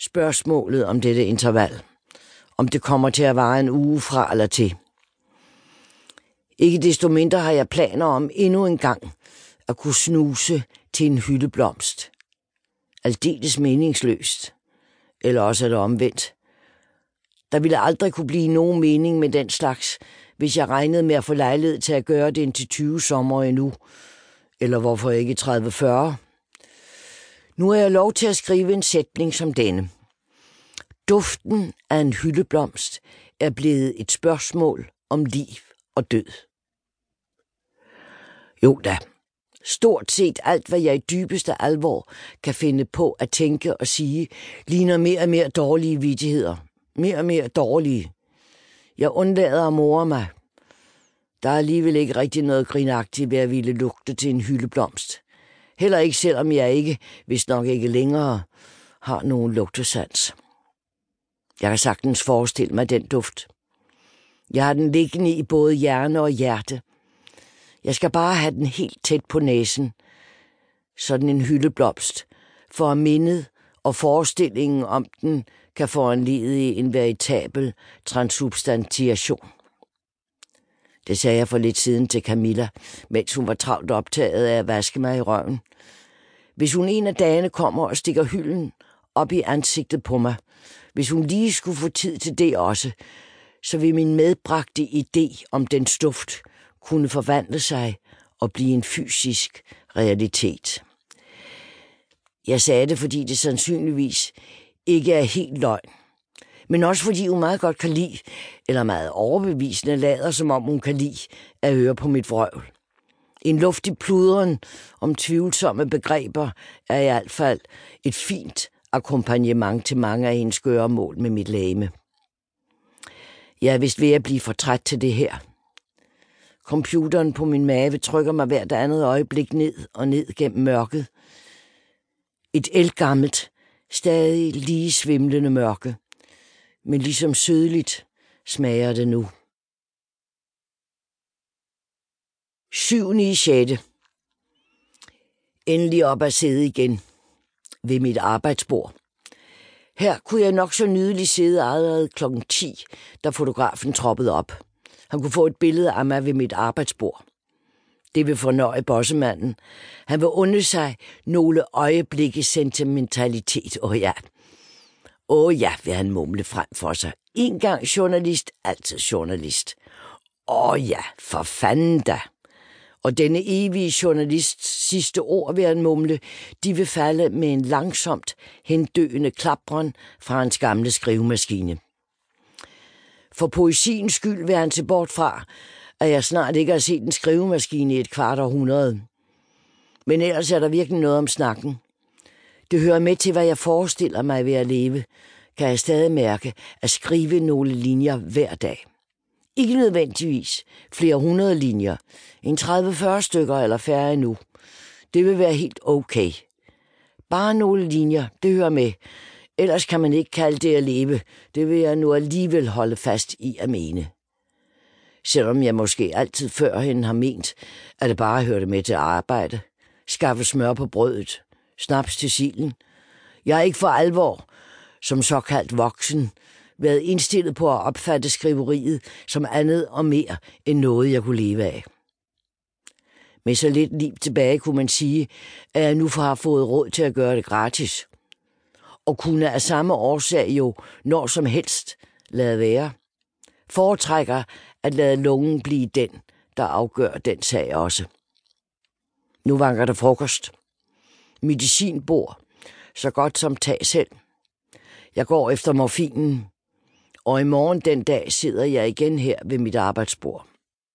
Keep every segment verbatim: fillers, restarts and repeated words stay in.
spørgsmålet om dette interval. Om det kommer til at vare en uge fra eller til. Ikke desto mindre har jeg planer om endnu en gang at kunne snuse til en hyldeblomst. Aldeles meningsløst. Eller også er det omvendt. Der ville aldrig kunne blive nogen mening med den slags, hvis jeg regnede med at få lejlighed til at gøre det indtil tyve sommer endnu. Eller hvorfor ikke tredive fyrre? Nu har jeg lov til at skrive en sætning som denne. Duften af en hyldeblomst er blevet et spørgsmål om liv og død. Jo da, stort set alt, hvad jeg i dybeste alvor kan finde på at tænke og sige, ligner mere og mere dårlige vittigheder. Mere og mere dårlige. Jeg undlader at more mig. Der er alligevel ikke rigtig noget grinagtigt ved at ville lugte til en hyldeblomst. Heller ikke selvom jeg ikke, hvis nok ikke længere, har nogen lugtesans. Jeg kan sagtens forestille mig den duft. Jeg har den liggende i både hjerne og hjerte. Jeg skal bare have den helt tæt på næsen. Sådan en hyldeblomst. For at mindet og forestillingen om den kan foranledige en veritabel transubstantiation. Det sagde jeg for lidt siden til Camilla, mens hun var travlt optaget af at vaske mig i røven. Hvis hun en af dagene kommer og stikker hylden op i ansigtet på mig, hvis hun lige skulle få tid til det også, så vil min medbragte idé om den duft kunne forvandle sig og blive en fysisk realitet. Jeg sagde det, fordi det sandsynligvis ikke er helt løgn, men også fordi hun meget godt kan lide, eller meget overbevisende lader, som om hun kan lide at høre på mit vrøvl. En luftig pludren om tvivlsomme begreber er i hvert fald et fint akkompagnement til mange af hendes gøremål med mit legeme. Jeg er vist ved at blive for træt til det her. Computeren på min mave trykker mig hvert andet øjeblik ned og ned gennem mørket. Et ældgammelt, stadig lige svimlende mørke, men ligesom sødligt smager det nu. Syvende i sjette. Endelig op at sidde igen ved mit arbejdsbord. Her kunne jeg nok så nydeligt sidde allerede klokken ti, da fotografen troppede op. Han kunne få et billede af mig ved mit arbejdsbord. Det vil fornøje bossemanden. Han vil unde sig nogle øjeblikke sentimentalitet. Åh ja, åh ja, vil han mumle frem for sig. En gang journalist, altid journalist. Åh ja, for fanden da. Og denne evige journalists sidste ord, vil han mumle, de vil falde med en langsomt hendøende klapren fra hans gamle skrivemaskine. For poesiens skyld vil han se bort fra, at jeg snart ikke har set en skrivemaskine i et kvart århundrede. Men ellers er der virkelig noget om snakken. Det hører med til, hvad jeg forestiller mig ved at leve, kan jeg stadig mærke at skrive nogle linjer hver dag. Ikke nødvendigvis flere hundrede linjer, en tredive fyrre stykker eller færre endnu. Det vil være helt okay. Bare nogle linjer, det hører med. Ellers kan man ikke kalde det at leve. Det vil jeg nu alligevel holde fast i at mene. Selvom jeg måske altid førhen har ment, at det bare hørte med til arbejde. Skaffe smør på brødet. Snaps til silden. Jeg er ikke for alvor, som såkaldt voksen, været indstillet på at opfatte skriveriet som andet og mere end noget, jeg kunne leve af. Med så lidt liv tilbage kunne man sige, at jeg nu har fået råd til at gøre det gratis. Og kunne af samme årsag jo når som helst lade være. Foretrækker at lade lungen blive den, der afgør den sag også. Nu vanker der frokost. Medicinbord, så godt som tag selv. Jeg går efter morfinen, og i morgen den dag sidder jeg igen her ved mit arbejdsbord.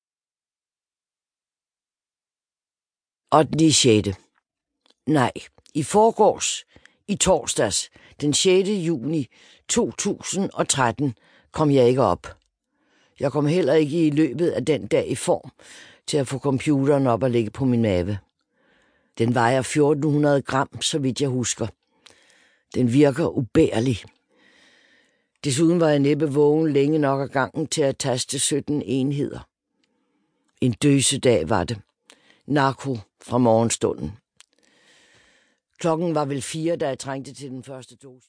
ottende sjette. Nej, i forgårs, i torsdags, den sjette juni to tusind og tretten, kom jeg ikke op. Jeg kom heller ikke i løbet af den dag i form til at få computeren op og lægge på min mave. Den vejer fjorten hundrede gram, så vidt jeg husker. Den virker ubærlig. Desuden var jeg næppe vågen længe nok ad gangen til at taste sytten enheder. En døsedag var det. Narko fra morgenstunden. Klokken var vel fire, da jeg trængte til den første dosis.